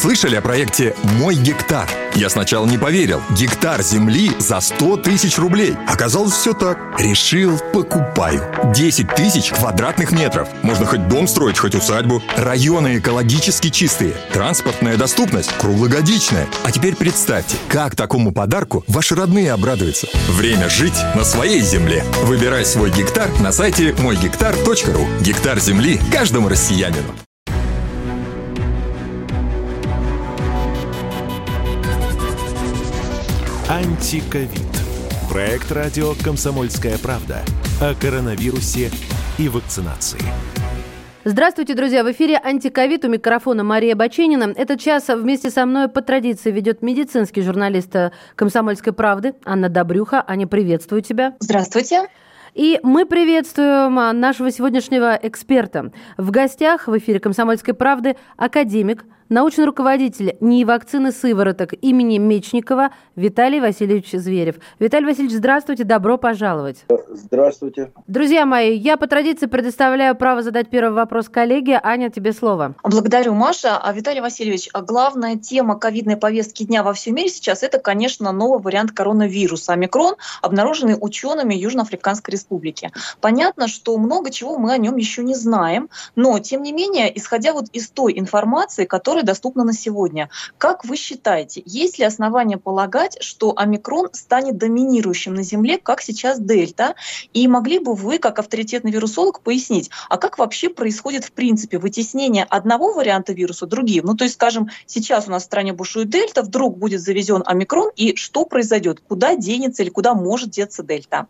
Слышали о проекте «Мой гектар»? Я сначала не поверил. Гектар земли за 100 тысяч рублей. Оказалось, все так. Решил, покупаю. 10 тысяч квадратных метров. Можно хоть дом строить, хоть усадьбу. Районы экологически чистые. Транспортная доступность круглогодичная. А теперь представьте, как такому подарку ваши родные обрадуются. Время жить на своей земле. Выбирай свой гектар на сайте moygektar.ru. Гектар земли каждому россиянину. Антиковид. Проект радио «Комсомольская правда» о коронавирусе и вакцинации. Здравствуйте, друзья! В эфире «Антиковид», у микрофона Мария Баченина. Этот час вместе со мной по традиции ведет медицинский журналист «Комсомольской правды» Анна Добрюха. Аня, приветствую тебя. Здравствуйте. И мы приветствуем нашего сегодняшнего эксперта. В гостях в эфире «Комсомольской правды» академик, научный руководитель НИИ вакцины сывороток имени Мечникова Виталий Васильевич Зверев. Виталий Васильевич, здравствуйте, добро пожаловать. Здравствуйте. Друзья мои, я по традиции предоставляю право задать первый вопрос коллеге. Аня, тебе слово. Благодарю, Маша. Виталий Васильевич, главная тема ковидной повестки дня во всем мире сейчас – это, конечно, новый вариант коронавируса омикрон, обнаруженный учеными Южноафриканской Республики. Понятно, что много чего мы о нем еще не знаем, но, тем не менее, исходя вот из той информации, которая доступна на сегодня, как вы считаете, есть ли основания полагать, что омикрон станет доминирующим на Земле, как сейчас дельта? И могли бы вы, как авторитетный вирусолог, пояснить, а как вообще происходит в принципе вытеснение одного варианта вируса другим? Ну, то есть, скажем, сейчас у нас в стране бушует дельта, вдруг будет завезен омикрон, и что произойдет? Куда денется или куда может деться дельта?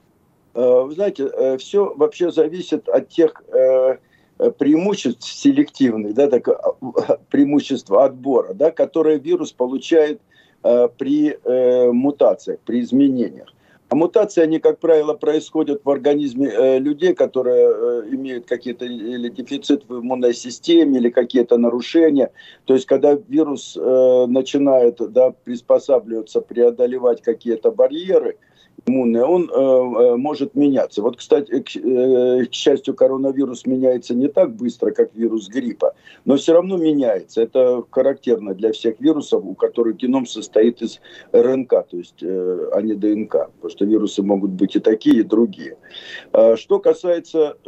Вы знаете, все вообще зависит от тех преимуществ селективных, да, преимущества отбора, да, которые вирус получает при мутациях, при изменениях. А мутации, они, как правило, происходят в организме людей, которые имеют какие-то или дефицит в иммунной системе, или какие-то нарушения. То есть, когда вирус начинает, да, приспосабливаться, преодолевать какие-то барьеры иммунные, он может меняться. Вот, кстати, к счастью, коронавирус меняется не так быстро, как вирус гриппа, но все равно меняется. Это характерно для всех вирусов, у которых геном состоит из РНК, то есть, а не ДНК, потому что вирусы могут быть и такие, и другие. Что касается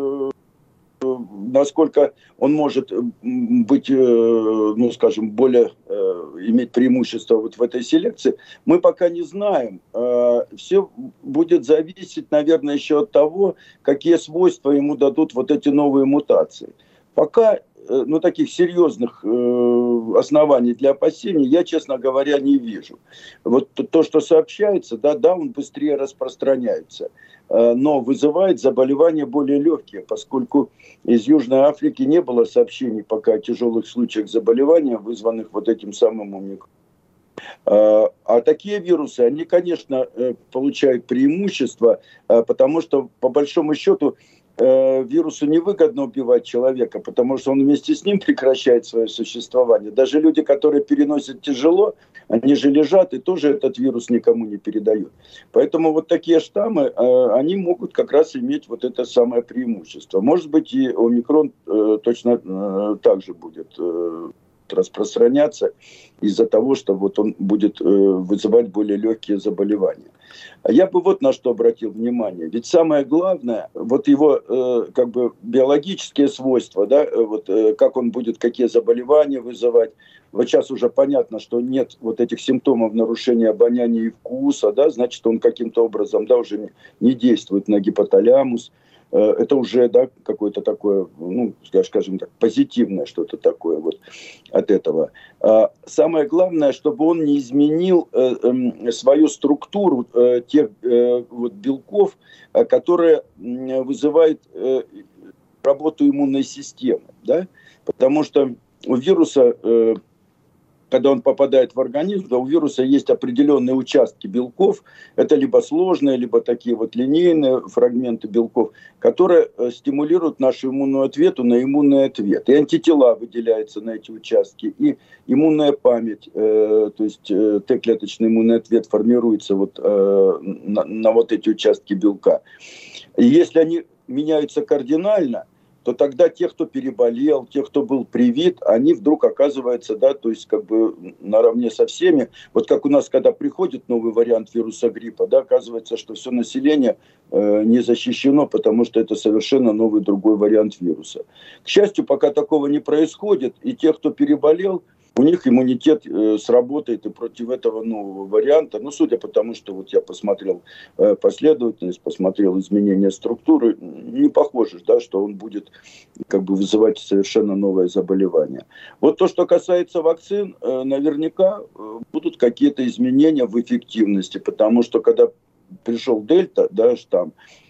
насколько он может быть, ну, скажем, более иметь преимущество вот в этой селекции, мы пока не знаем. Все будет зависеть, наверное, еще от того, какие свойства ему дадут вот эти новые мутации. Пока, ну, таких серьезных оснований для опасений я, честно говоря, не вижу. Вот то, что сообщается, да, он быстрее распространяется, но вызывает заболевания более легкие, поскольку из Южной Африки не было сообщений пока о тяжелых случаях заболевания, вызванных вот этим самым омикроном. А такие вирусы, они, конечно, получают преимущество, потому что, по большому счету, вирусу невыгодно убивать человека, потому что он вместе с ним прекращает свое существование. Даже люди, которые переносят тяжело, они же лежат и тоже этот вирус никому не передают. Поэтому вот такие штаммы, они могут как раз иметь вот это самое преимущество. Может быть, и омикрон точно так же будет распространяться из-за того, что вот он будет вызывать более легкие заболевания. А я бы вот на что обратил внимание. Ведь самое главное, вот его как бы биологические свойства, да, вот как он будет, какие заболевания вызывать. Вот сейчас уже понятно, что нет вот этих симптомов нарушения обоняния и вкуса, да, значит, он каким-то образом, да, уже не действует на гипоталамус. Это уже, да, какое-то такое, ну, скажем так, позитивное что-то такое вот от этого. Самое главное, чтобы он не изменил свою структуру тех вот белков, которые вызывают работу иммунной системы, да, потому что у вируса, когда он попадает в организм, то у вируса есть определенные участки белков, это либо сложные, либо такие вот линейные фрагменты белков, которые стимулируют нашу иммунную ответу на иммунный ответ. И антитела выделяются на эти участки, и иммунная память, то есть Т-клеточный иммунный ответ формируется вот, на вот эти участки белка. И если они меняются кардинально, то тогда те, кто переболел, те, кто был привит, они вдруг оказываются, да, то есть как бы наравне со всеми. Вот как у нас, когда приходит новый вариант вируса гриппа, да, оказывается, что все население не защищено, потому что это совершенно новый другой вариант вируса. К счастью, пока такого не происходит, и те, кто переболел, у них иммунитет сработает и против этого нового варианта. Ну, судя по тому, что вот я посмотрел последовательность, посмотрел изменения структуры, не похоже, да, что он будет как бы вызывать совершенно новое заболевание. Вот то, что касается вакцин, наверняка будут какие-то изменения в эффективности, потому что когда пришел дельта, да, штамм,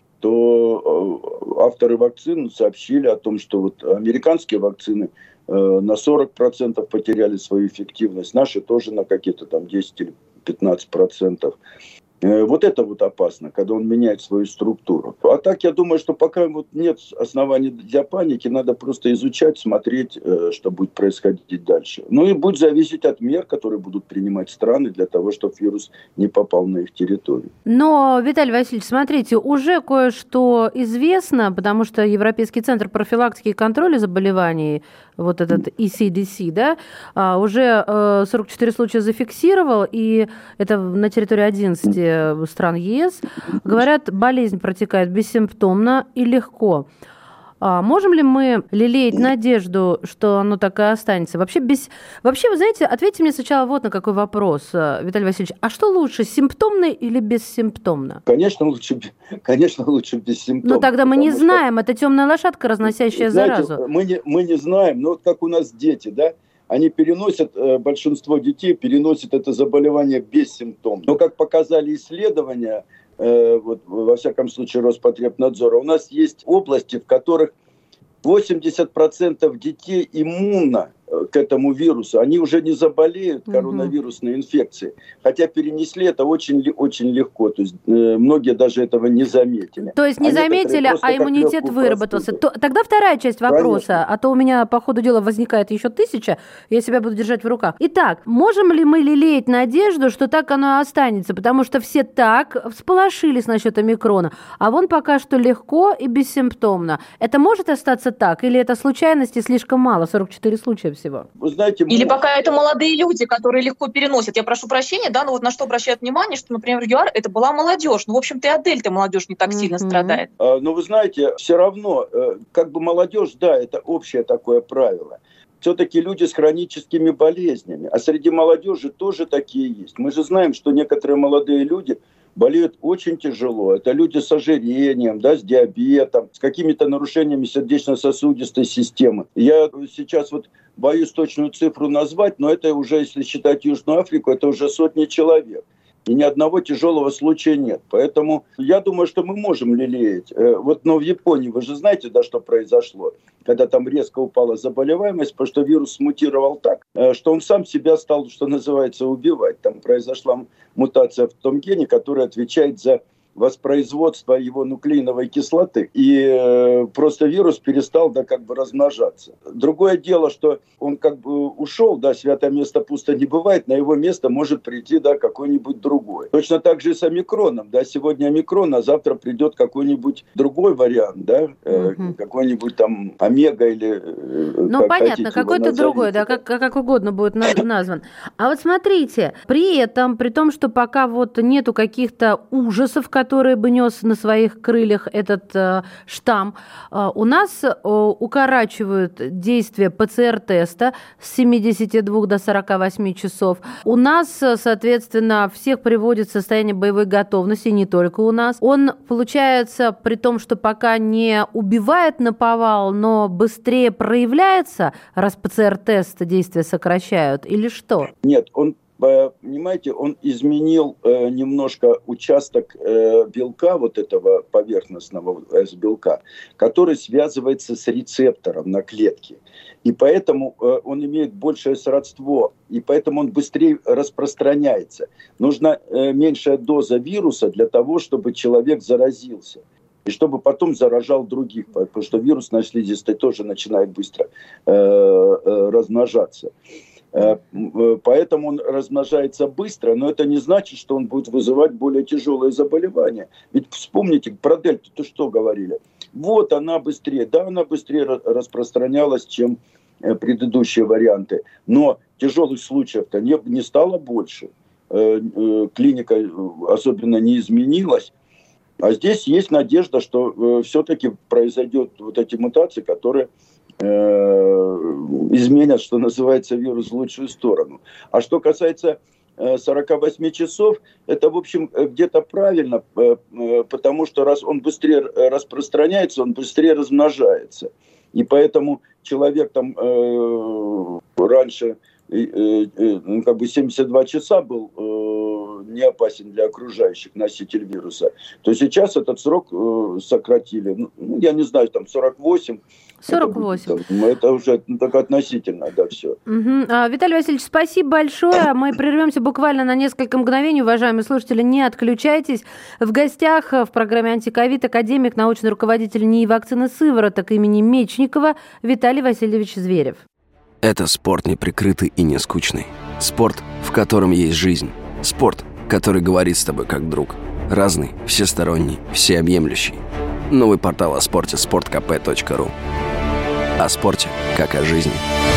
то авторы вакцин сообщили о том, что вот американские вакцины на 40% потеряли свою эффективность, наши тоже на какие-то там 10 или 15%. Вот это вот опасно, когда он меняет свою структуру. А так, я думаю, что пока вот нет оснований для паники, надо просто изучать, смотреть, что будет происходить дальше. Ну и будет зависеть от мер, которые будут принимать страны для того, чтобы вирус не попал на их территорию. Но, Виталий Васильевич, смотрите, уже кое-что известно, потому что Европейский центр профилактики и контроля заболеваний, вот этот ECDC, да, уже 44 случая зафиксировал, и это на территории 11 стран ЕС. Говорят, болезнь протекает бессимптомно и легко. Можем ли мы лелеять надежду, что оно так и останется? Вообще, вы знаете, ответьте мне сначала вот на какой вопрос, Виталий Васильевич. А что лучше, симптомно или бессимптомно? Конечно, лучше бессимптомно. Но тогда мы не знаем, это темная лошадка, разносящая заразу. Мы не знаем, но вот как у нас дети, да? Они переносят, большинство детей переносят это заболевание бессимптомно. Но, как показали исследования, вот, во всяком случае Роспотребнадзора, у нас есть области, в которых 80% детей иммунно к этому вирусу. Они уже не заболеют коронавирусной инфекцией, хотя перенесли это очень легко. То есть многие даже этого не заметили. То есть не заметили, а иммунитет выработался. Тогда вторая часть вопроса, конечно. А то у меня по ходу дела возникает еще 1000, я себя буду держать в руках. Итак, можем ли мы лелеять надежду, что так оно и останется? Потому что все так всполошились насчет омикрона, а вон пока что легко и бессимптомно. Это может остаться так? Или это случайности слишком мало, 44 случая всего? Вы знаете, или пока это молодые люди, которые легко переносят. Я прошу прощения, да, но вот на что обращают внимание, что, например, в ЮАР это была молодежь. Ну, в общем-то, и от дельты молодежь не так сильно страдает. Но вы знаете, все равно, как бы молодежь, да, это общее такое правило. Все-таки люди с хроническими болезнями. А среди молодежи тоже такие есть. Мы же знаем, что некоторые молодые люди болеют очень тяжело. Это люди с ожирением, да, с диабетом, с какими-то нарушениями сердечно-сосудистой системы. Я сейчас вот боюсь точную цифру назвать, но это уже, если считать Южную Африку, это уже сотни человек. И ни одного тяжелого случая нет. Поэтому я думаю, что мы можем лелеять. Но в Японии, вы же знаете, да, что произошло, когда там резко упала заболеваемость, потому что вирус смутировал так, что он сам себя стал, что называется, убивать. Там произошла мутация в том гене, который отвечает за воспроизводство его нуклеиновой кислоты. И просто вирус перестал, да, как бы размножаться. Другое дело, что он как бы ушел, да, святое место пусто не бывает, на его место может прийти, да, какой-нибудь другой. Точно так же и с омикроном, да, сегодня омикрон, а завтра придет какой-нибудь другой вариант, да, какой-нибудь там омега или... Ну, понятно, какой-то другой, да, как угодно будет назван. А вот смотрите, при том, что пока вот нету каких-то ужасов, который бы нес на своих крыльях этот штамм, у нас укорачивают действие ПЦР-теста с 72 до 48 часов. У нас, соответственно, всех приводит в состояние боевой готовности, не только у нас. Он, получается, при том, что пока не убивает наповал, но быстрее проявляется, раз ПЦР-тест действия сокращают, или что? Нет, понимаете, он изменил немножко участок белка, вот этого поверхностного S-белка, который связывается с рецептором на клетке. И поэтому он имеет большее сродство, и поэтому он быстрее распространяется. Нужна меньшая доза вируса для того, чтобы человек заразился. И чтобы потом заражал других, потому что вирус на слизистой тоже начинает быстро размножаться. Поэтому он размножается быстро, но это не значит, что он будет вызывать более тяжелые заболевания. Ведь вспомните, про дельту-то что говорили? вот она быстрее. Да, она быстрее распространялась, чем предыдущие варианты. Но тяжелых случаев-то не стало больше. Клиника особенно не изменилась. А здесь есть надежда, что все-таки произойдет вот эти мутации, которые изменят, что называется, вирус в лучшую сторону. А что касается 48 часов, это, в общем, где-то правильно, потому что раз он быстрее распространяется, он быстрее размножается. И поэтому человек там раньше как бы 72 часа был не опасен для окружающих, носитель вируса, то сейчас этот срок сократили. Ну, я не знаю, там 48. 48. Это уже только относительно, да, все. Виталий Васильевич, спасибо большое. Мы прервемся буквально на несколько мгновений. Уважаемые слушатели, не отключайтесь. В гостях в программе «Антиковид» академик, научный руководитель НИИ вакцины сывороток имени Мечникова Виталий Васильевич Зверев. Это спорт неприкрытый и не скучный. Спорт, в котором есть жизнь. Спорт, который говорит с тобой как друг. Разный, всесторонний, всеобъемлющий. Новый портал о спорте – sportkp.ru. О спорте, как о жизни.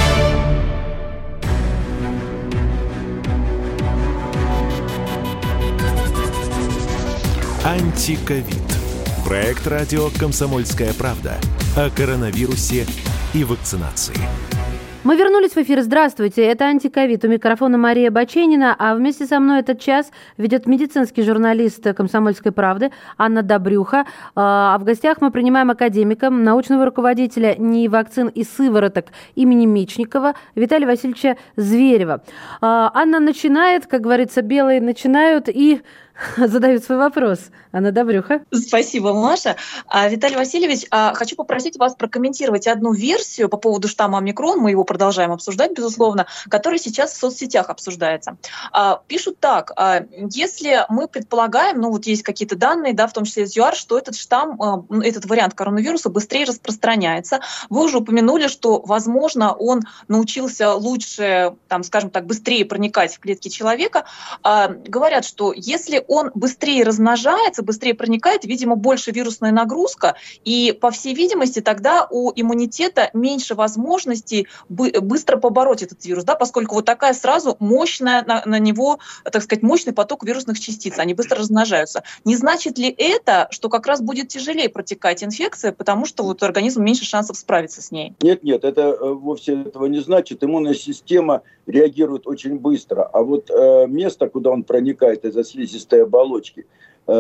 Антиковид. Проект радио «Комсомольская правда» о коронавирусе и вакцинации. Мы вернулись в эфир. Здравствуйте, это «Антиковид». У микрофона Мария Баченина, а вместе со мной этот час ведет медицинский журналист «Комсомольской правды» Анна Добрюха. А в гостях мы принимаем академика, научного руководителя НИИ вакцин и сывороток имени Мечникова Виталия Васильевича Зверева. Анна начинает, как говорится, белые начинают и задают свой вопрос. Анна Добрюха. Спасибо, Маша. Виталий Васильевич, хочу попросить вас прокомментировать одну версию по поводу штамма омикрон, мы его продолжаем обсуждать, безусловно, который сейчас в соцсетях обсуждается. Пишут так: если мы предполагаем, ну вот есть какие-то данные, да, в том числе из ЮАР, что этот штамм, этот вариант коронавируса быстрее распространяется. Вы уже упомянули, что, возможно, он научился лучше, там, скажем так, быстрее проникать в клетки человека. Говорят, что если он быстрее размножается, быстрее проникает, видимо, больше вирусная нагрузка, и, по всей видимости, тогда у иммунитета меньше возможностей быстро побороть этот вирус, да, поскольку вот такая сразу мощная на него, так сказать, мощный поток вирусных частиц, они быстро размножаются. Не значит ли это, что как раз будет тяжелее протекать инфекция, потому что вот у организма меньше шансов справиться с ней? Нет, это вовсе этого не значит. Иммунная система реагирует очень быстро, а вот место, куда он проникает из-за слизистой оболочки,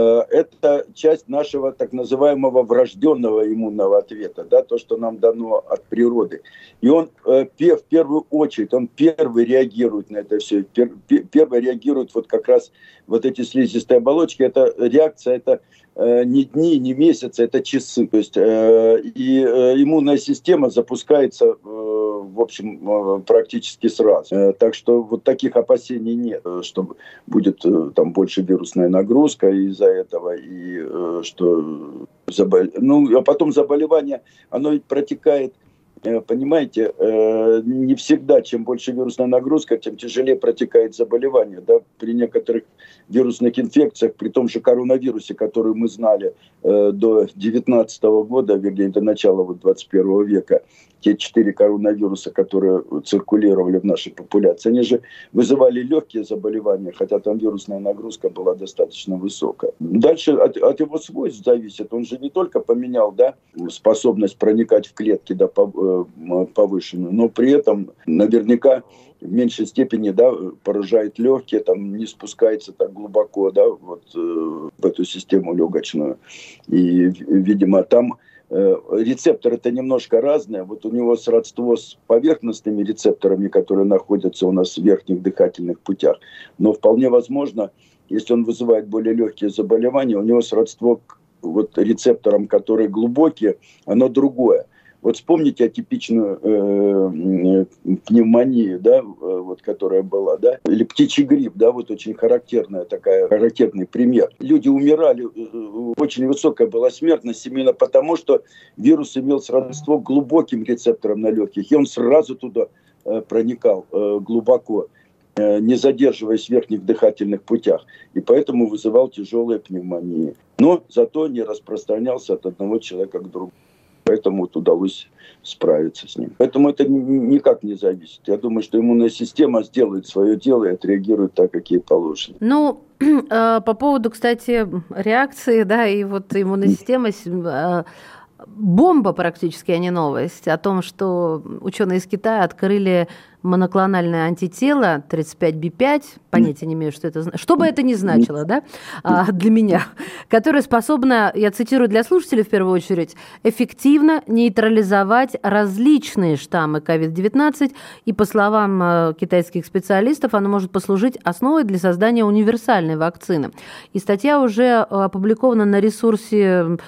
это часть нашего так называемого врожденного иммунного ответа, да, то, что нам дано от природы. И он в первую очередь, он первый реагирует на это все, первый реагирует вот как раз вот эти слизистые оболочки. Это реакция, это не дни, не месяцы, это часы. То есть и иммунная система запускается, в общем, практически сразу. Так что вот таких опасений нет, что будет там больше вирусная нагрузка из-за этого, и что а потом заболевание, оно ведь протекает, понимаете, не всегда, чем больше вирусная нагрузка, тем тяжелее протекает заболевание. Да? При некоторых вирусных инфекциях, при том же коронавирусе, который мы знали до 2019 года, вернее, до начала 21 века, те 4 коронавируса, которые циркулировали в нашей популяции, они же вызывали легкие заболевания, хотя там вирусная нагрузка была достаточно высокая. Дальше от его свойств зависит. Он же не только поменял, да, способность проникать в клетки, да, повышенную, но при этом наверняка в меньшей степени, да, поражает легкие, там не спускается так глубоко, да, вот в эту систему легочную. И, видимо, там рецепторы-то немножко разные. Вот у него сродство с поверхностными рецепторами, которые находятся у нас в верхних дыхательных путях. Но вполне возможно, если он вызывает более легкие заболевания, у него сродство к вот рецепторам, которые глубокие, оно другое. Вот вспомните атипичную пневмонию, да, вот, которая была, да, или птичий грипп, да, вот очень характерный пример. Люди умирали, очень высокая была смертность именно потому, что вирус имел сродство к глубоким рецепторам на легких, и он сразу туда проникал глубоко, не задерживаясь в верхних дыхательных путях, и поэтому вызывал тяжелые пневмонии. но зато не распространялся от одного человека к другому. Поэтому вот удалось справиться с ним. Поэтому это никак не зависит. Я думаю, что иммунная система сделает свое дело и отреагирует так, как ей положено. Ну, по поводу, кстати, реакции, да, и вот иммунной системы, бомба практически, а не новость, о том, что ученые из Китая открыли моноклональное антитело 35B5, понятия не имею, что это значит, что бы это ни значило, да, для меня, которое способно, я цитирую для слушателей в первую очередь, эффективно нейтрализовать различные штаммы COVID-19, и, по словам китайских специалистов, оно может послужить основой для создания универсальной вакцины. И статья уже опубликована на ресурсе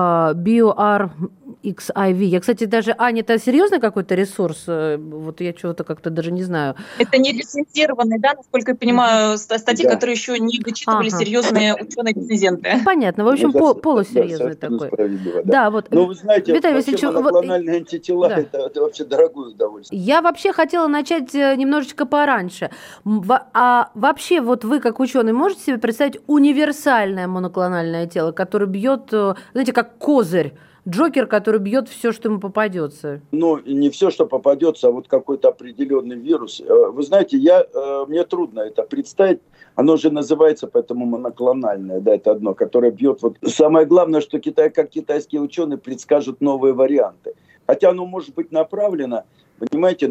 BioRxiv. Я, кстати, даже... Аня, это серьезный какой-то ресурс? Вот я чего-то как-то даже не знаю. Это не лицензированные, да, насколько я понимаю, статьи, да, которые еще не дочитывали серьезные ученые-рецензенты. Понятно. В общем, полусерьезный такой. Да, вот. Ну, вы знаете, Виталий Васильевич, моноклональные антитела, да, это вообще дорогое удовольствие. Я вообще хотела начать немножечко пораньше. А вообще, вот вы, как ученый, можете себе представить универсальное моноклональное тело, которое бьет, знаете, как козырь? Джокер, который бьет все, что ему попадется. Ну, не все, что попадется, а вот какой-то определенный вирус. Вы знаете, мне трудно это представить. Оно же называется поэтому моноклональное, да, это одно, которое бьет. Вот самое главное, что китайские ученые предскажут новые варианты. Хотя оно может быть направлено, понимаете,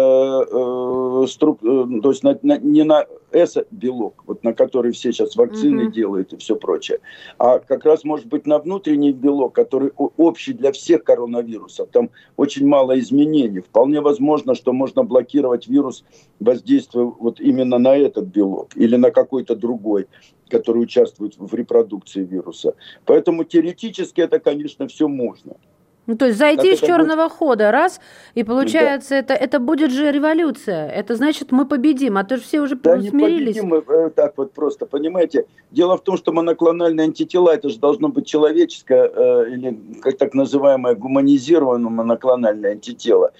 то есть не на S-белок, вот на который все сейчас вакцины делают и все прочее, а как раз может быть на внутренний белок, который общий для всех коронавирусов. Там очень мало изменений. Вполне возможно, что можно блокировать вирус, воздействуя вот именно на этот белок или на какой-то другой, который участвует в репродукции вируса. Поэтому теоретически это, конечно, все можно. Ну, то есть зайти с черного хода, раз, и получается, да, это будет же революция. Это значит, мы победим, а то же все уже смирились. Не победим, так вот просто, понимаете. Дело в том, что моноклональные антитела, это же должно быть человеческое, или как так называемое гуманизированное моноклональное антитело.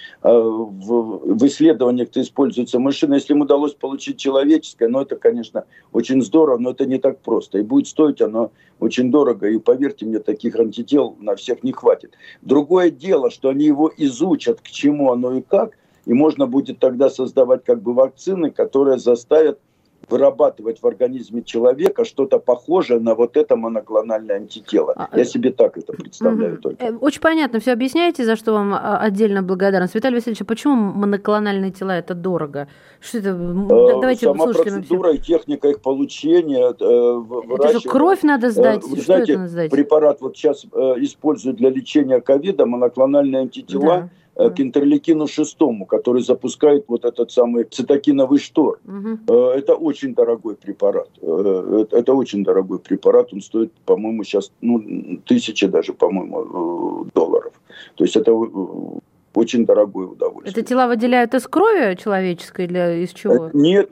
В исследованиях-то используется машина. Если им удалось получить человеческое, ну, это, конечно, очень здорово, но это не так просто. И будет стоить оно очень дорого, и поверьте мне, таких антител на всех не хватит. Другое дело, что они его изучат, к чему оно и как, и можно будет тогда создавать как бы вакцины, которые заставят вырабатывать в организме человека что-то похожее на вот это моноклональное антитело. Я себе так это представляю только. Очень понятно, все объясняете, за что вам отдельно благодарность. Виталий Васильевич, а почему моноклональные тела это дорого? Что это? Давайте сама процедура и техника их получения. Это же кровь надо сдать? Вы знаете, это надо сдать? Препарат вот сейчас используют для лечения ковида, моноклональные антитела, да, к интерлейкину 6, который запускает вот этот самый цитокиновый штор. Это очень дорогой препарат. Это очень дорогой препарат. Он стоит, по-моему, сейчас 1000 даже, по-моему, долларов. То есть это очень дорогое удовольствие. Это тела выделяют из крови человеческой или из чего? Нет.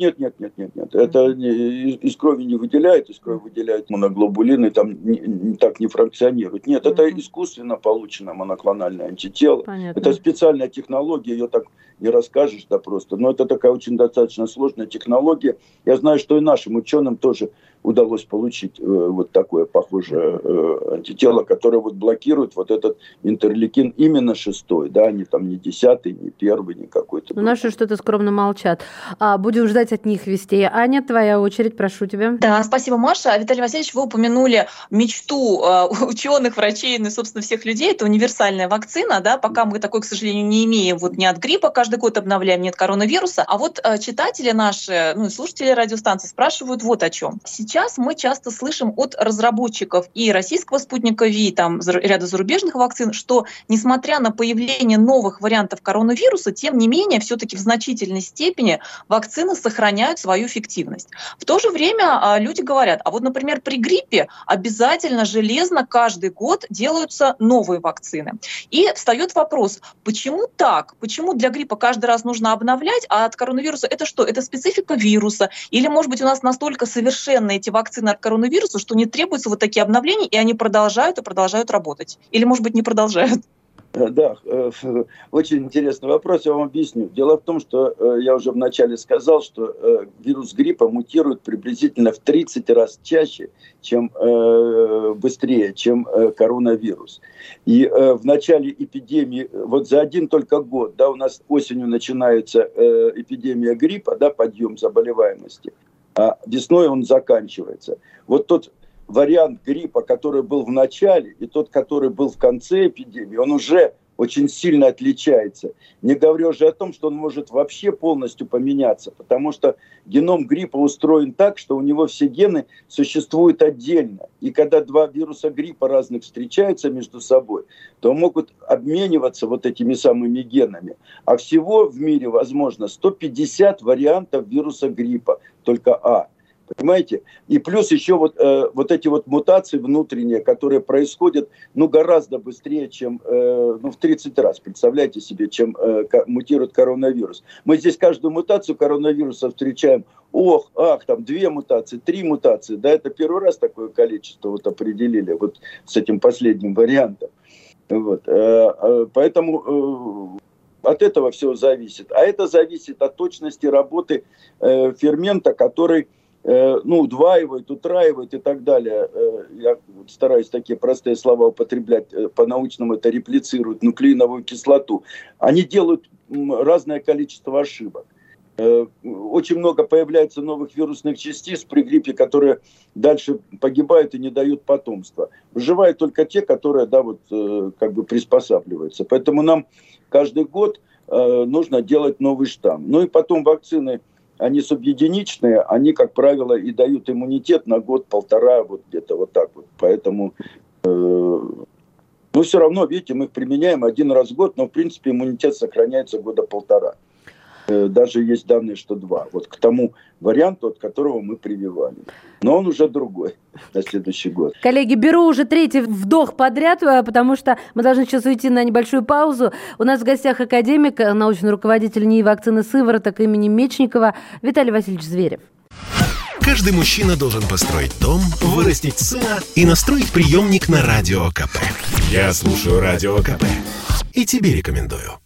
Это из крови не выделяют, из крови выделяют моноглобулины, там так не фракционируют. Нет, это искусственно получено моноклональное антитело. Понятно. Это специальная технология, ее так не расскажешь, да, просто. Но это такая очень достаточно сложная технология. Я знаю, что и нашим ученым тоже удалось получить вот такое похожее антитело, которое вот блокирует вот этот интерлейкин именно 6, да, они там не 10, не 1, не какой-то. Ну, наши что-то скромно молчат. Будем ждать от них вестей. Аня, твоя очередь, прошу тебя. Да, спасибо, Маша. Виталий Васильевич, вы упомянули мечту ученых, врачей, ну и, собственно, всех людей. Это универсальная вакцина, да, пока мы такой, к сожалению, не имеем. Вот не от гриппа каждый год обновляем, не от коронавируса. А вот читатели наши, ну и слушатели радиостанции спрашивают вот о чем. Сейчас мы часто слышим от разработчиков и российского спутника ВИ, там ряда зарубежных вакцин, что несмотря на появление новых вариантов коронавируса, тем не менее, все-таки в значительной степени вакцины сохраняют свою эффективность. В то же время люди говорят, а вот, например, при гриппе обязательно железно каждый год делаются новые вакцины. И встает вопрос, почему так? Почему для гриппа каждый раз нужно обновлять, а от коронавируса это что? Это специфика вируса? Или, может быть, у нас настолько совершенны эти вакцины от коронавируса, что не требуются вот такие обновления, и они продолжают и продолжают работать? Или, может быть, не продолжают? Да, очень интересный вопрос, я вам объясню. Дело в том, что я уже вначале сказал, что вирус гриппа мутирует приблизительно в 30 раз чаще, чем быстрее, чем коронавирус. И в начале эпидемии, вот за один только год, да, у нас осенью начинается эпидемия гриппа, да, подъем заболеваемости, а весной он заканчивается. Вот тот вариант гриппа, который был в начале, и тот, который был в конце эпидемии, он уже очень сильно отличается. Не говоря уже о том, что он может вообще полностью поменяться, потому что геном гриппа устроен так, что у него все гены существуют отдельно. И когда два вируса гриппа разных встречаются между собой, то могут обмениваться вот этими самыми генами. А всего в мире возможно 150 вариантов вируса гриппа, только А. Понимаете? И плюс еще вот эти вот мутации внутренние, которые происходят гораздо быстрее, чем в 30 раз, представляете себе, чем мутирует коронавирус. Мы здесь каждую мутацию коронавируса встречаем, там 2 мутации, 3 мутации. Да, это первый раз такое количество вот определили вот с этим последним вариантом. Вот. Поэтому от этого все зависит. А это зависит от точности работы фермента, который удваивает, утраивает и так далее. Я стараюсь такие простые слова употреблять, по-научному это реплицирует нуклеиновую кислоту. Они делают разное количество ошибок. Очень много появляется новых вирусных частиц при гриппе, которые дальше погибают и не дают потомства. Выживают только те, которые, приспосабливаются. Поэтому нам каждый год нужно делать новый штамм. Ну и потом вакцины, они субъединичные, они, как правило, и дают иммунитет на год-полтора, вот где-то вот так вот. Поэтому, все равно, видите, мы их применяем один раз в год, но, в принципе, иммунитет сохраняется года полтора. Даже есть данные, что 2. Вот к тому варианту, от которого мы прививали. Но он уже другой на следующий год. Коллеги, беру уже 3-й вдох подряд, потому что мы должны сейчас уйти на небольшую паузу. У нас в гостях академик, научный руководитель НИИ вакцины «Сывороток» имени Мечникова Виталий Васильевич Зверев. Каждый мужчина должен построить дом, вырастить сына и настроить приемник на Радио КП. Я слушаю Радио КП и тебе рекомендую.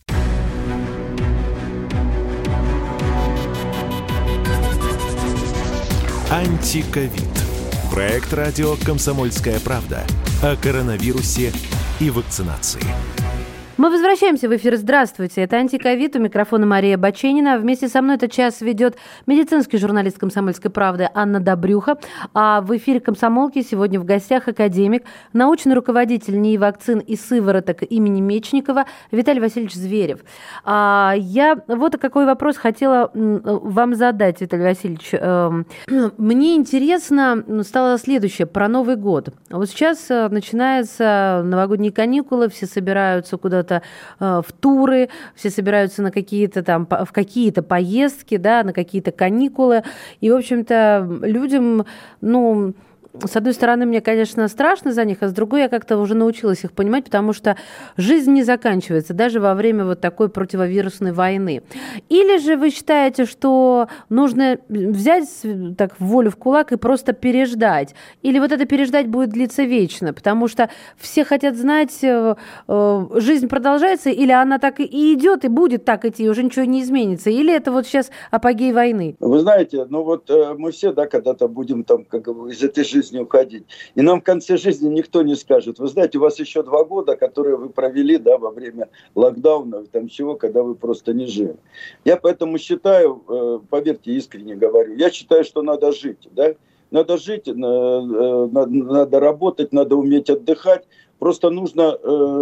Антиковид. Проект радио «Комсомольская правда» о коронавирусе и вакцинации. Мы возвращаемся в эфир. Здравствуйте. Это «Антиковид». У микрофона Мария Баченина. Вместе со мной этот час ведет медицинский журналист «Комсомольской правды» Анна Добрюха. А в эфире «Комсомолки» сегодня в гостях академик, научный руководитель НИИ вакцин и сывороток имени Мечникова Виталий Васильевич Зверев. Я вот какой вопрос хотела вам задать, Виталий Васильевич. Мне интересно стало следующее про Новый год. Вот сейчас начинаются новогодние каникулы, все собираются куда-то в туры, все собираются на в какие-то поездки, да, на какие-то каникулы. И, в общем-то, людям, с одной стороны, мне, конечно, страшно за них, а с другой я как-то уже научилась их понимать, потому что жизнь не заканчивается даже во время вот такой противовирусной войны. Или же вы считаете, что нужно взять так волю в кулак и просто переждать? Или вот это переждать будет длиться вечно? Потому что все хотят знать, жизнь продолжается, или она так и идет, и будет так идти, и уже ничего не изменится? Или это вот сейчас апогей войны? Вы знаете, мы все, когда-то будем из этой жизни уходить. И нам в конце жизни никто не скажет. Вы знаете, у вас еще 2 года, которые вы провели, во время локдауна, когда вы просто не жили. Я поэтому считаю, поверьте, искренне говорю, я считаю, что надо жить, Надо жить, надо работать, надо уметь отдыхать. Просто нужно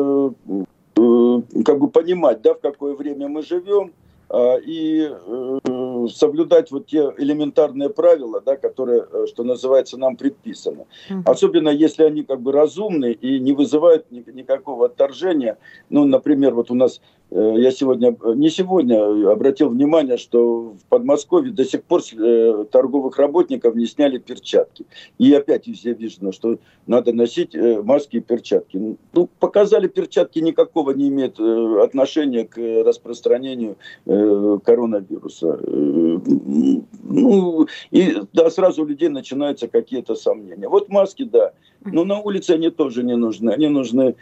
понимать, в какое время мы живем, и соблюдать те элементарные правила, которые, что называется, нам предписаны. Особенно если они разумны и не вызывают никакого отторжения. Например, у нас, я не сегодня обратил внимание, что в Подмосковье до сих пор торговых работников не сняли перчатки. И опять везде видно, что надо носить маски и перчатки. Показали, перчатки никакого не имеют отношения к распространению коронавируса. Ну, и да, сразу у людей начинаются какие-то сомнения. Вот маски, да, но на улице они тоже не нужны. Они нужны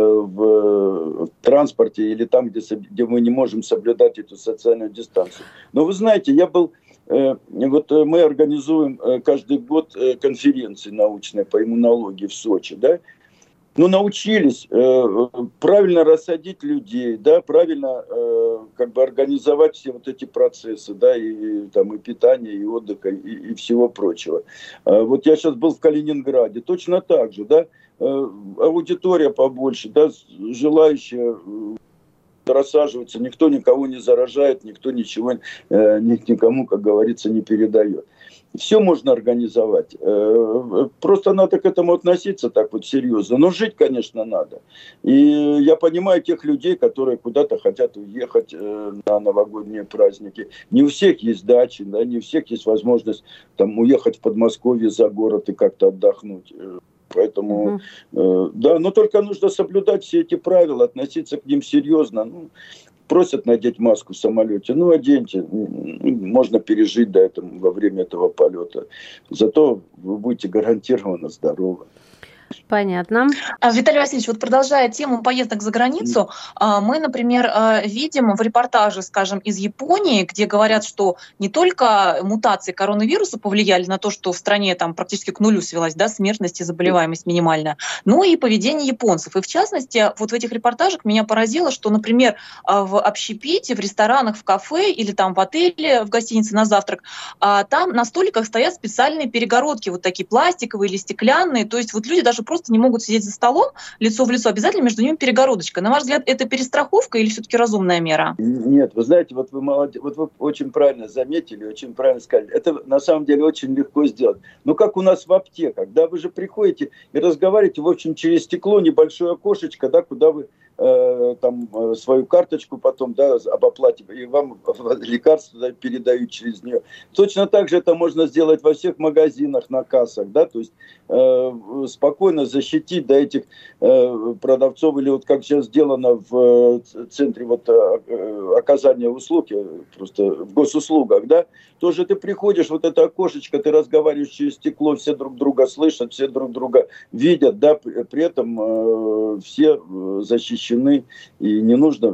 в транспорте или там, где мы не можем соблюдать эту социальную дистанцию. Но вы знаете, вот мы организуем каждый год конференции научные по иммунологии в Сочи, да? Ну, научились правильно рассадить людей, да, правильно как бы организовать все вот эти процессы, да, и питания, и отдыха, и всего прочего. Вот я сейчас был в Калининграде, точно так же, да, аудитория побольше, да, желающие рассаживаться, никто никого не заражает, никто ничего никому, как говорится, не передает. Все можно организовать. Просто надо к этому относиться так вот серьезно. Но жить, конечно, надо. И я понимаю тех людей, которые куда-то хотят уехать на новогодние праздники. Не у всех есть дачи, да, не у всех есть возможность там уехать в Подмосковье за город и как-то отдохнуть. Поэтому, да, но только нужно соблюдать все эти правила, относиться к ним серьезно. Ну, просят надеть маску в самолете, ну, оденьте, можно пережить во время этого полета. Зато вы будете гарантированно здоровы. Понятно. Виталий Васильевич, вот продолжая тему поездок за границу, мы, например, видим в репортаже, скажем, из Японии, где говорят, что не только мутации коронавируса повлияли на то, что в стране там практически к нулю свелась, да, смертность и заболеваемость минимальная, но и поведение японцев. И в частности, вот в этих репортажах меня поразило, что, например, в общепите, в ресторанах, в кафе или там в отеле, в гостинице на завтрак, там на столиках стоят специальные перегородки, вот такие пластиковые или стеклянные, то есть вот люди даже просто не могут сидеть за столом лицо в лицо, обязательно между ними перегородочка. На ваш взгляд, это перестраховка или все-таки разумная мера? Нет, вы знаете, вот вы молодец, вот вы очень правильно заметили, очень правильно сказали. Это на самом деле очень легко сделать. Но как у нас в аптеках, да, вы же приходите и разговариваете, в общем, через стекло, небольшое окошечко, да, куда вы там свою карточку потом, да, об оплате, и вам лекарства передают через нее. Точно так же это можно сделать во всех магазинах, на кассах, да, то есть спокойно защитить, да, этих продавцов, или вот как сейчас сделано в центре вот оказания услуг, просто в госуслугах, да, тоже ты приходишь, вот это окошечко, ты разговариваешь через стекло, все друг друга слышат, все друг друга видят, да, при этом все защищены, и не нужно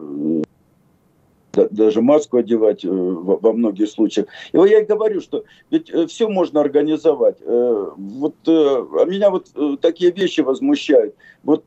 даже маску одевать во многих случаях. И вот я и говорю, что ведь все можно организовать. Вот, а меня вот такие вещи возмущают. Вот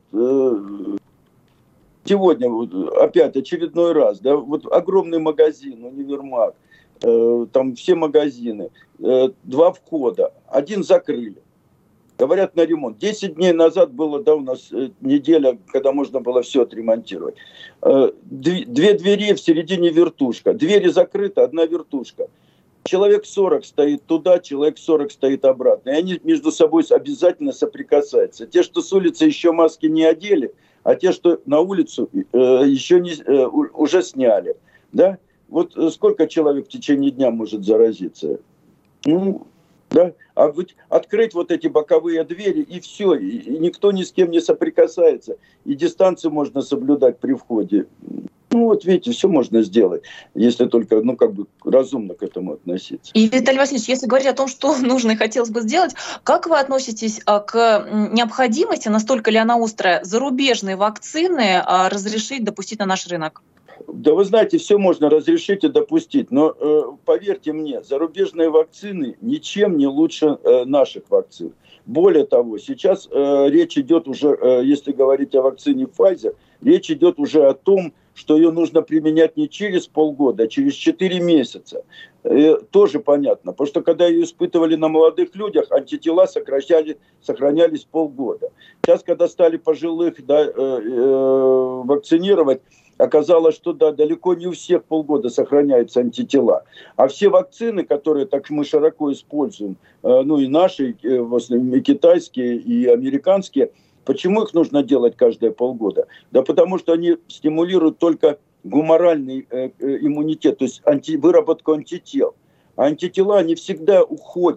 сегодня вот, опять очередной раз, да, вот огромный магазин, универмаг, там все магазины, 2 входа, 1 закрыли. Говорят, на ремонт. 10 дней назад было, да, у нас неделя, когда можно было все отремонтировать. 2 двери, в середине вертушка. Двери закрыты, 1 вертушка. Человек 40 стоит туда, человек 40 стоит обратно. И они между собой обязательно соприкасаются. Те, что с улицы еще маски не одели, а те, что на улицу еще уже сняли. Да? Вот сколько человек в течение дня может заразиться? Ну, да? А ведь открыть вот эти боковые двери, и все, и никто ни с кем не соприкасается, и дистанцию можно соблюдать при входе. Ну вот видите, все можно сделать, если только, ну, как бы разумно к этому относиться. И, Виталий Васильевич, если говорить о том, что нужно и хотелось бы сделать, как вы относитесь к необходимости, настолько ли она острая, зарубежные вакцины разрешить, допустить на наш рынок? Да вы знаете, все можно разрешить и допустить, но поверьте мне, зарубежные вакцины ничем не лучше наших вакцин. Более того, сейчас речь идет уже, если говорить о вакцине Pfizer, речь идет уже о том, что ее нужно применять не через полгода, а через 4 месяца. Тоже понятно, потому что когда ее испытывали на молодых людях, антитела сохранялись полгода. Сейчас, когда стали пожилых, да, вакцинировать, оказалось, что да, далеко не у всех полгода сохраняются антитела. А все вакцины, которые так мы широко используем, ну и наши, в основном и китайские, и американские, почему их нужно делать каждые полгода? Да потому что они стимулируют только гуморальный иммунитет, то есть выработку антител. А антитела, они всегда уходят.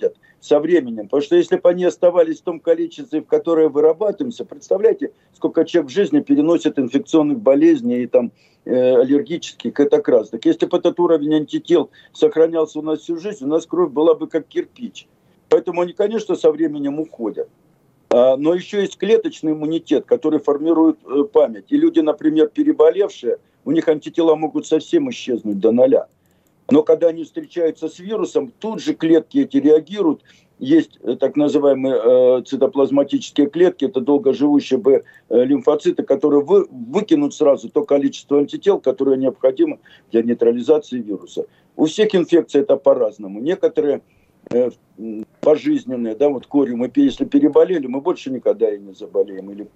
со временем. Потому что если бы они оставались в том количестве, в которое вырабатываемся, представляете, сколько человек в жизни переносит инфекционных болезней и там аллергических катакрасок. Если бы этот уровень антител сохранялся у нас всю жизнь, у нас кровь была бы как кирпич. Поэтому они, конечно, со временем уходят. Но еще есть клеточный иммунитет, который формирует память. И люди, например, переболевшие, у них антитела могут совсем исчезнуть до нуля. Но когда они встречаются с вирусом, тут же клетки эти реагируют. Есть так называемые цитоплазматические клетки, это долгоживущие лимфоциты, которые выкинут сразу то количество антител, которое необходимо для нейтрализации вируса. У всех инфекций это по-разному. Некоторые пожизненные, да, вот корью мы если переболели, мы больше никогда и не заболеем. Или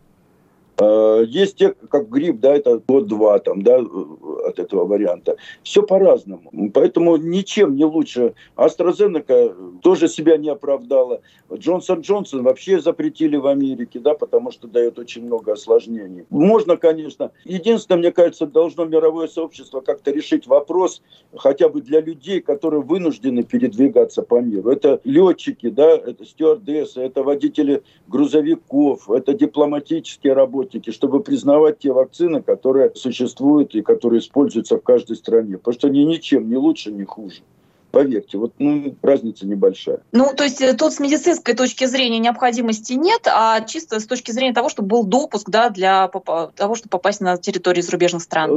есть те, как грипп, да, это год-два там, да, от этого варианта. Все по-разному. Поэтому ничем не лучше. AstraZeneca тоже себя не оправдала. Johnson & Johnson вообще запретили в Америке, да, потому что дает очень много осложнений. Можно, конечно. Единственное, мне кажется, должно мировое сообщество как-то решить вопрос хотя бы для людей, которые вынуждены передвигаться по миру. Это летчики, да, это стюардессы, это водители грузовиков, это дипломатические работники, чтобы признавать те вакцины, которые существуют и которые используются в каждой стране. Потому что они ничем не лучше, не хуже. Поверьте, вот разница небольшая. То есть тут с медицинской точки зрения необходимости нет, а чисто с точки зрения того, чтобы был допуск, да, для того, чтобы попасть на территорию зарубежных стран.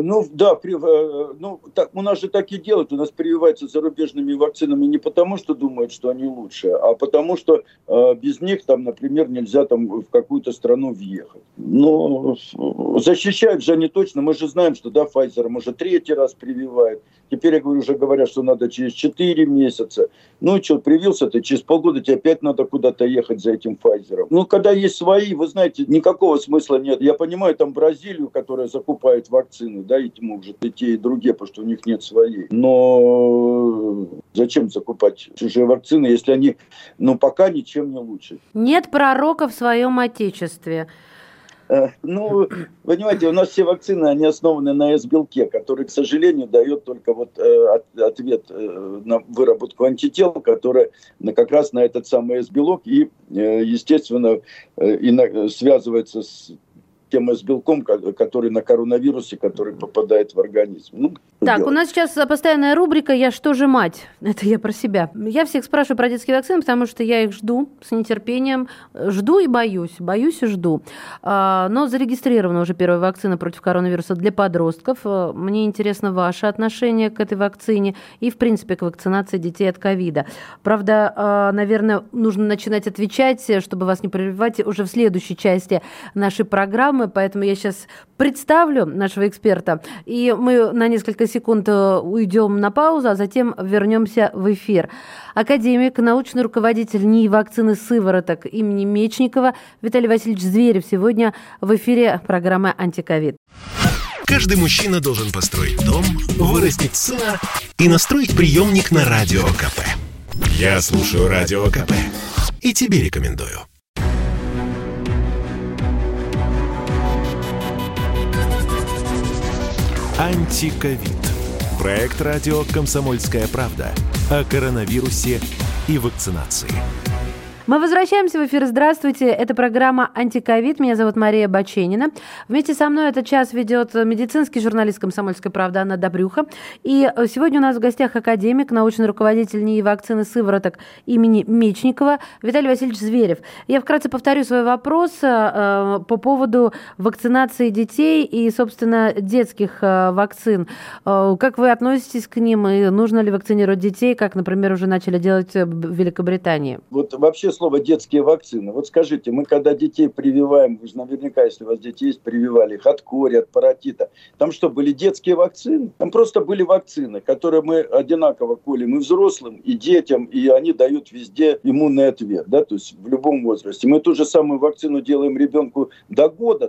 У нас же так и делают. У нас прививаются зарубежными вакцинами не потому, что думают, что они лучше, а потому что без них, там, например, нельзя там в какую-то страну въехать. Но защищают же они точно. Мы же знаем, что да, Pfizer уже 3-й раз прививает. Теперь уже говорят, что надо через 4 месяца. Привился ты, через полгода тебе опять надо куда-то ехать за этим Pfizer. Когда есть свои, вы знаете, никакого смысла нет. Я понимаю, там Бразилию, которая закупает вакцины, да, и может и те, и другие, потому что у них нет своей. Но зачем закупать чужие вакцины, если они, пока ничем не лучше? Нет пророка в своем отечестве. Понимаете, у нас все вакцины, они основаны на S-белке, который, к сожалению, дает только ответ на выработку антител, который как раз на этот самый S-белок и, естественно, связывается с тем S-белком, который на коронавирусе, который попадает в организм. Так, у нас сейчас постоянная рубрика «Я что же мать?». Это я про себя. Я всех спрашиваю про детские вакцины, потому что я их жду с нетерпением. Жду и боюсь. Боюсь и жду. Но зарегистрирована уже первая вакцина против коронавируса для подростков. Мне интересно ваше отношение к этой вакцине и, в принципе, к вакцинации детей от ковида. Правда, наверное, нужно начинать отвечать, чтобы вас не прерывать, уже в следующей части нашей программы. Поэтому я сейчас представлю нашего эксперта, и мы на несколько секунд уйдем на паузу, а затем вернемся в эфир. Академик, научный руководитель НИИ вакцины сывороток имени Мечникова Виталий Васильевич Зверев сегодня в эфире программы «Антиковид». Каждый мужчина должен построить дом, вырастить сына и настроить приемник на Радио КП. Я слушаю Радио КП и тебе рекомендую. Антиковид. Проект радио «Комсомольская правда» о коронавирусе и вакцинации. Мы возвращаемся в эфир. Здравствуйте. Это программа «Антиковид». Меня зовут Мария Баченина. Вместе со мной этот час ведет медицинский журналист «Комсомольской правды» Анна Добрюха. И сегодня у нас в гостях академик, научный руководитель НИИ вакцины сывороток имени Мечникова Виталий Васильевич Зверев. Я вкратце повторю свой вопрос по поводу вакцинации детей и, собственно, детских вакцин. Как вы относитесь к ним и нужно ли вакцинировать детей, как, например, уже начали делать в Великобритании? Вообще слово «детские вакцины». Скажите, мы когда детей прививаем, вы же наверняка, если у вас дети есть, прививали их от кори, от паротита. Там что, были детские вакцины? Там просто были вакцины, которые мы одинаково колем и взрослым, и детям, и они дают везде иммунный ответ, да, то есть в любом возрасте. Мы ту же самую вакцину делаем ребенку до года, да,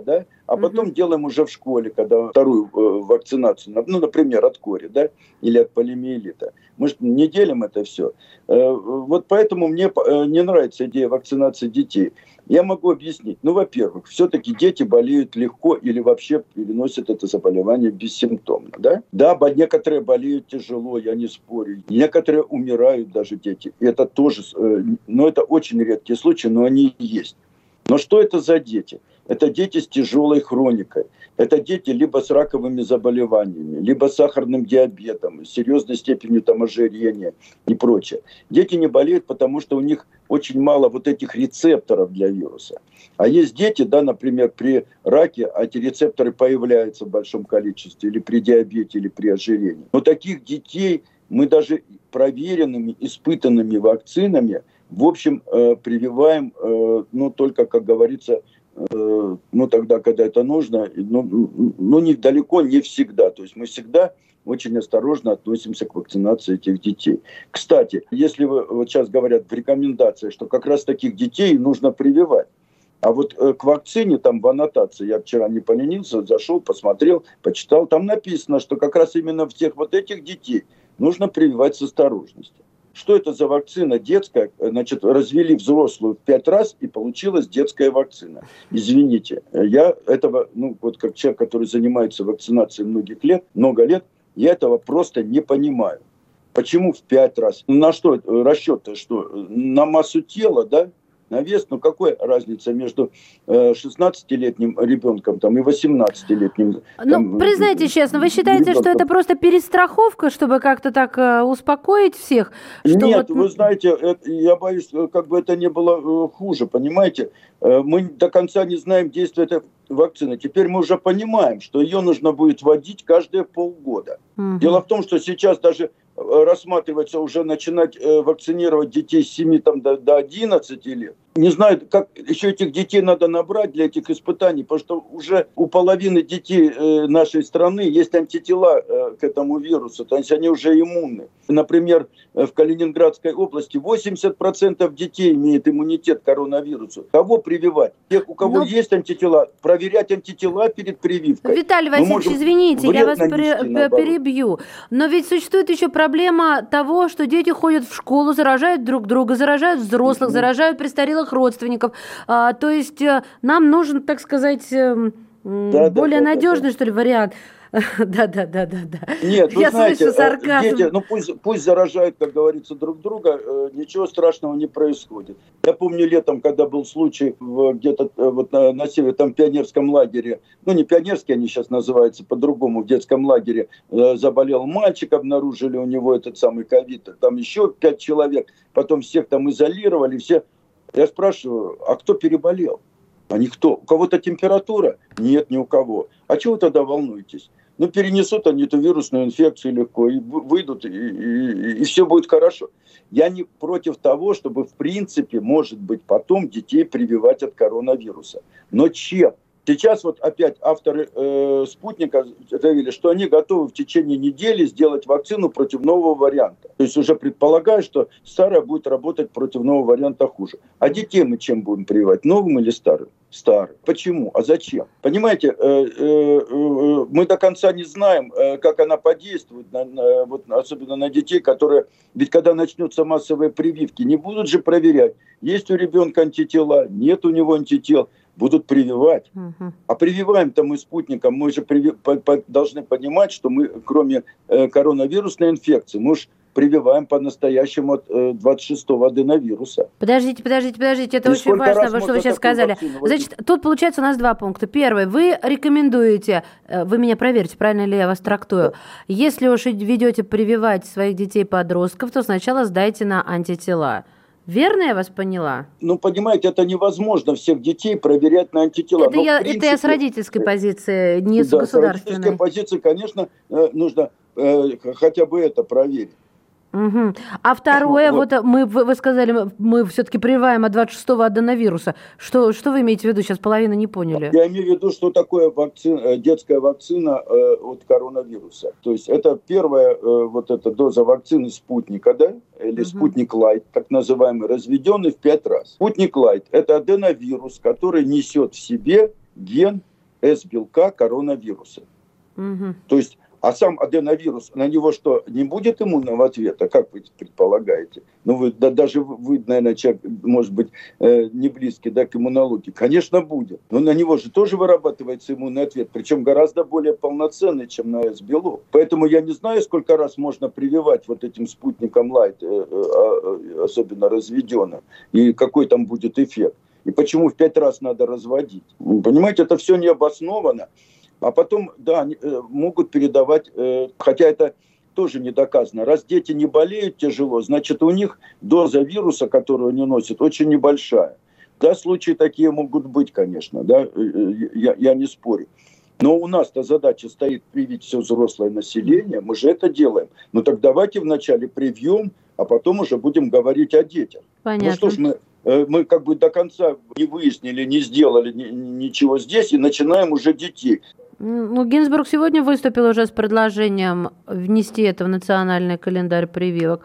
а потом делаем уже в школе, когда вторую вакцинацию, ну, например, от кори, да, или от полиомиелита. Мы же не делим это все. Вот поэтому мне не нравится идея вакцинации детей. Я могу объяснить. Ну, во-первых, все-таки дети болеют легко или вообще переносят это заболевание бессимптомно. Да, некоторые болеют тяжело, я не спорю. Некоторые умирают даже дети. И это тоже, но это очень редкие случаи, но они есть. Но что это за дети? Это дети с тяжелой хроникой. Это дети либо с раковыми заболеваниями, либо с сахарным диабетом, с серьезной степенью ожирения и прочее. Дети не болеют, потому что у них очень мало вот этих рецепторов для вируса. А есть дети, да, например, при раке эти рецепторы появляются в большом количестве, или при диабете, или при ожирении. Но таких детей мы даже проверенными, испытанными вакцинами, в общем, прививаем, ну, только, как говорится, ну, тогда, когда это нужно, ну, далеко не всегда. То есть мы всегда очень осторожно относимся к вакцинации этих детей. Кстати, если вот сейчас говорят в рекомендациях, что как раз таких детей нужно прививать, а вот к вакцине там в аннотации, я вчера не поленился, зашел, посмотрел, почитал, там написано, что как раз именно всех вот этих детей нужно прививать с осторожностью. Что это за вакцина детская? Значит, развели взрослую в 5 раз, и получилась детская вакцина. Извините, я этого, ну, вот как человек, который занимается вакцинацией много лет, я этого просто не понимаю. Почему в 5 раз? На что расчет-то? Что? На массу тела, да? На вес, ну какая разница между 16-летним ребенком там, и 18-летним? Ну, признайте честно, вы считаете, ребенком, что это просто перестраховка, чтобы как-то так успокоить всех? Что нет, вот... вы знаете, я боюсь, как бы это не было хуже, понимаете? Мы до конца не знаем действия этой вакцины. Теперь мы уже понимаем, что ее нужно будет вводить каждые полгода. Дело в том, что сейчас даже рассматривается уже начинать вакцинировать детей с 7 до 11 лет. Не знаю, как еще этих детей надо набрать для этих испытаний, потому что уже у половины детей нашей страны есть антитела к этому вирусу, то есть они уже иммунны. Например, в Калининградской области 80% детей имеют иммунитет к коронавирусу. Кого прививать? Тех, у кого есть антитела, проверять антитела перед прививкой. Виталий Васильевич, извините, я вас перебью. Но ведь существует еще проблема того, что дети ходят в школу, заражают друг друга, заражают взрослых, заражают престарелых родственников. То есть нам нужен, так сказать, более надежный, что ли, вариант. Да. Нет, вы знаете, слышу сарказм. Дети, ну пусть заражают, как говорится, друг друга, ничего страшного не происходит. Я помню летом, когда был случай где-то вот на севере, там в пионерском лагере, ну не пионерский, они сейчас называются по-другому, в детском лагере заболел мальчик, обнаружили у него этот самый ковид, там еще 5 человек, потом всех там изолировали, все. Я спрашиваю, а кто переболел? А никто. У кого-то температура? Нет, ни у кого. А чего вы тогда волнуетесь? Ну, перенесут они эту вирусную инфекцию легко, и выйдут, и все будет хорошо. Я не против того, чтобы, в принципе, может быть, потом детей прививать от коронавируса. Но чем? Сейчас вот опять авторы «Спутника» заявили, что они готовы в течение недели сделать вакцину против нового варианта. То есть уже предполагают, что старая будет работать против нового варианта хуже. А детей мы чем будем прививать? Новым или старым? Старым. Почему? А зачем? Понимаете, мы до конца не знаем, как она подействует, вот, особенно на детей, которые... Ведь когда начнутся массовые прививки, не будут же проверять, есть у ребенка антитела, нет у него антител. Будут прививать. А прививаем-то мы спутником, мы же должны понимать, что мы, кроме коронавирусной инфекции, мы уж прививаем по-настоящему от 26-го аденовируса. Подождите, это очень важно, что вы сейчас сказали. Значит, тут получается у нас 2 пункта. Первый, вы рекомендуете, вы меня проверьте, правильно ли я вас трактую, если уж ведете прививать своих детей-подростков, то сначала сдайте на антитела. Верно я вас поняла? Ну, понимаете, это невозможно всех детей проверять на антитела. Это я с родительской позиции, не с государственной. С родительской позиции, конечно, нужно хотя бы это проверить. А второе, вы сказали, мы все-таки прививаем от 26-го аденовируса. Что вы имеете в виду? Сейчас половину не поняли. Я имею в виду, что такое детская вакцина от коронавируса. То есть это первая вот эта доза вакцины «Спутника», да? Или «Спутник Лайт», так называемый, разведенный в 5 раз. «Спутник Лайт» – это аденовирус, который несет в себе ген S-белка коронавируса. То есть, а сам аденовирус, на него что, не будет иммунного ответа? Как вы предполагаете? Даже вы, наверное, человек, может быть, не близкий, да, к иммунологии. Конечно, будет. Но на него же тоже вырабатывается иммунный ответ, причем гораздо более полноценный, чем на S-белок. Поэтому я не знаю, сколько раз можно прививать вот этим спутником Лайт, особенно разведенным, и какой там будет эффект. И почему в 5 раз надо разводить. Понимаете, это все необоснованно. А потом, да, могут передавать, хотя это тоже не доказано. Раз дети не болеют тяжело, значит, у них доза вируса, которую они носят, очень небольшая. Да, случаи такие могут быть, конечно, да, я не спорю. Но у нас-то задача стоит привить все взрослое население, мы же это делаем. Ну так давайте вначале привьем, а потом уже будем говорить о детях. Понятно. Ну что ж, мы как бы до конца не выяснили, не сделали ничего здесь, и начинаем уже детей. Ну, Гинзбург сегодня выступил уже с предложением внести это в национальный календарь прививок.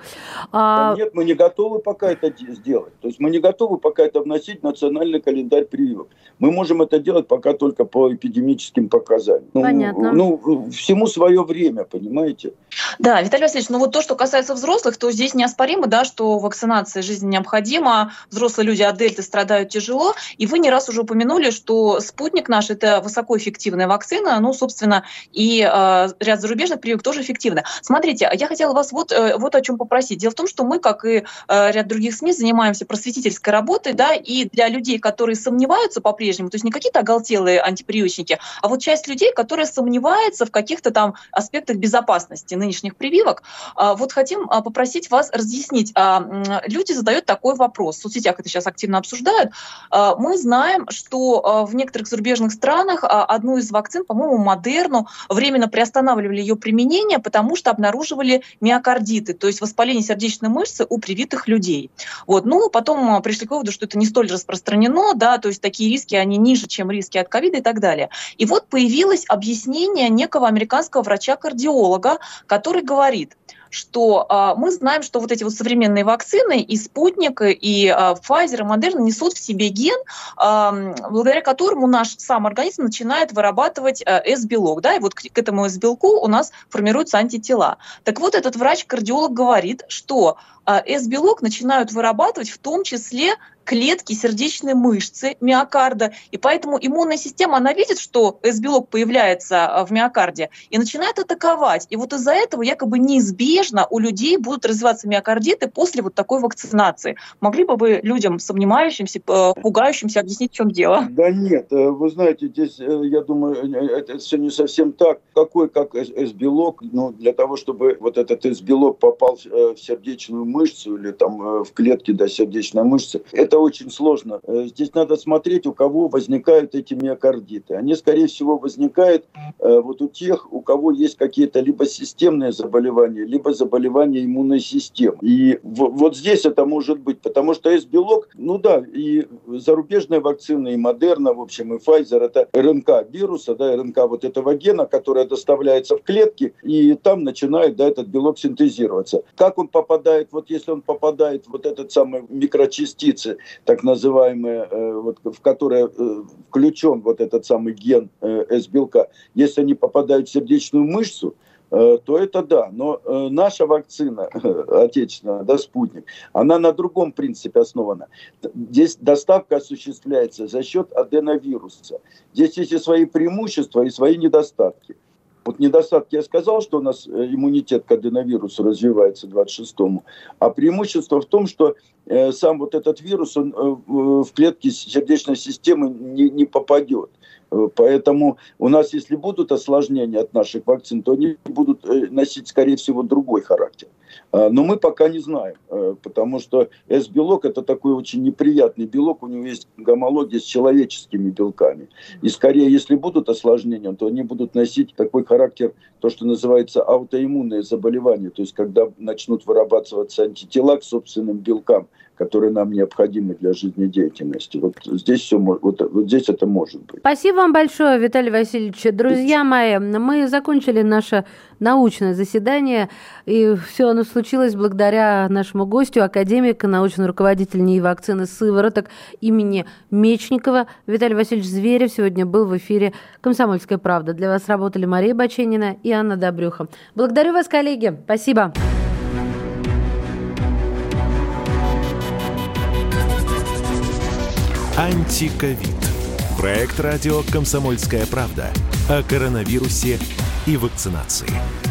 Нет, мы не готовы пока это сделать. То есть мы не готовы пока это вносить в национальный календарь прививок. Мы можем это делать пока только по эпидемическим показаниям. Понятно. Всему свое время, понимаете? Да, Виталий Васильевич, ну вот то, что касается взрослых, то здесь неоспоримо, да, что вакцинация жизни необходима. Взрослые люди от дельты страдают тяжело. И вы не раз уже упомянули, что спутник наш – это высокоэффективная вакцина. Ну, собственно, и ряд зарубежных прививок тоже эффективны. Смотрите, я хотела вас вот о чем попросить. Дело в том, что мы, как и ряд других СМИ, занимаемся просветительской работой, да, и для людей, которые сомневаются по-прежнему, то есть не какие-то оголтелые антипрививочники, а вот часть людей, которые сомневаются в каких-то там аспектах безопасности нынешних прививок, вот хотим попросить вас разъяснить. Люди задают такой вопрос, в соцсетях это сейчас активно обсуждают. Мы знаем, что в некоторых зарубежных странах одну из вакцин, по-моему, Модерну, временно приостанавливали ее применение, потому что обнаруживали миокардиты, то есть воспаление сердечной мышцы у привитых людей. Вот. Ну, потом пришли к выводу, что это не столь распространено, да, то есть такие риски, они ниже, чем риски от ковида и так далее. И вот появилось объяснение некого американского врача-кардиолога, который говорит, что мы знаем, что вот эти вот современные вакцины, и Спутник, и Pfizer, и Модерна несут в себе ген, благодаря которому наш сам организм начинает вырабатывать S-белок. Да, и вот к этому S-белку у нас формируются антитела. Так вот, этот врач-кардиолог говорит, что S-белок начинают вырабатывать в том числе клетки сердечной мышцы миокарда, и поэтому иммунная система, она видит, что S-белок появляется в миокарде, и начинает атаковать. И вот из-за этого якобы неизбежно у людей будут развиваться миокардиты после вот такой вакцинации. Могли бы вы людям сомневающимся, пугающимся объяснить, в чем дело? Да нет, вы знаете, здесь, я думаю, это все не совсем так. Какой как S-белок, ну, для того, чтобы вот этот S-белок попал в сердечную мышцу или там в клетки до сердечной мышцы, это очень сложно. Здесь надо смотреть, у кого возникают эти миокардиты. Они, скорее всего, возникают вот у тех, у кого есть какие-то либо системные заболевания, либо заболевания иммунной системы. И вот здесь это может быть, потому что S-белок, ну да, и зарубежные вакцины, и Модерна, в общем, и Pfizer, это РНК вируса, да, РНК вот этого гена, которая доставляется в клетки, и там начинает, да, этот белок синтезироваться. Как он попадает, вот если он попадает в вот этот самый микрочастицы, так называемые, вот, в которые включен вот этот самый ген S-белка, если они попадают в сердечную мышцу, то это да. Но наша вакцина отечественная, да, «Спутник», она на другом принципе основана. Здесь доставка осуществляется за счет аденовируса. Здесь есть и свои преимущества, и свои недостатки. Вот недостатки я сказал, что у нас иммунитет к аденовирусу развивается 26-му, а преимущество в том, что сам вот этот вирус, он в клетки сердечной системы не попадет. Поэтому у нас, если будут осложнения от наших вакцин, то они будут носить, скорее всего, другой характер. Но мы пока не знаем, потому что S-белок – это такой очень неприятный белок, у него есть гомология с человеческими белками. И скорее, если будут осложнения, то они будут носить такой характер, то, что называется аутоиммунные заболевания, то есть когда начнут вырабатываться антитела к собственным белкам, которые нам необходимы для жизнедеятельности. Вот здесь все, вот здесь это может быть. Спасибо вам большое, Виталий Васильевич. Друзья мои, мы закончили наше научное заседание, и все оно случилось благодаря нашему гостю, академик, научный руководитель НИИ вакцины сывороток имени Мечникова. Виталий Васильевич Зверев сегодня был в эфире «Комсомольская правда». Для вас работали Мария Баченина и Анна Добрюха. Благодарю вас, коллеги. Спасибо. Антиковид. Проект радио «Комсомольская правда» о коронавирусе и вакцинации.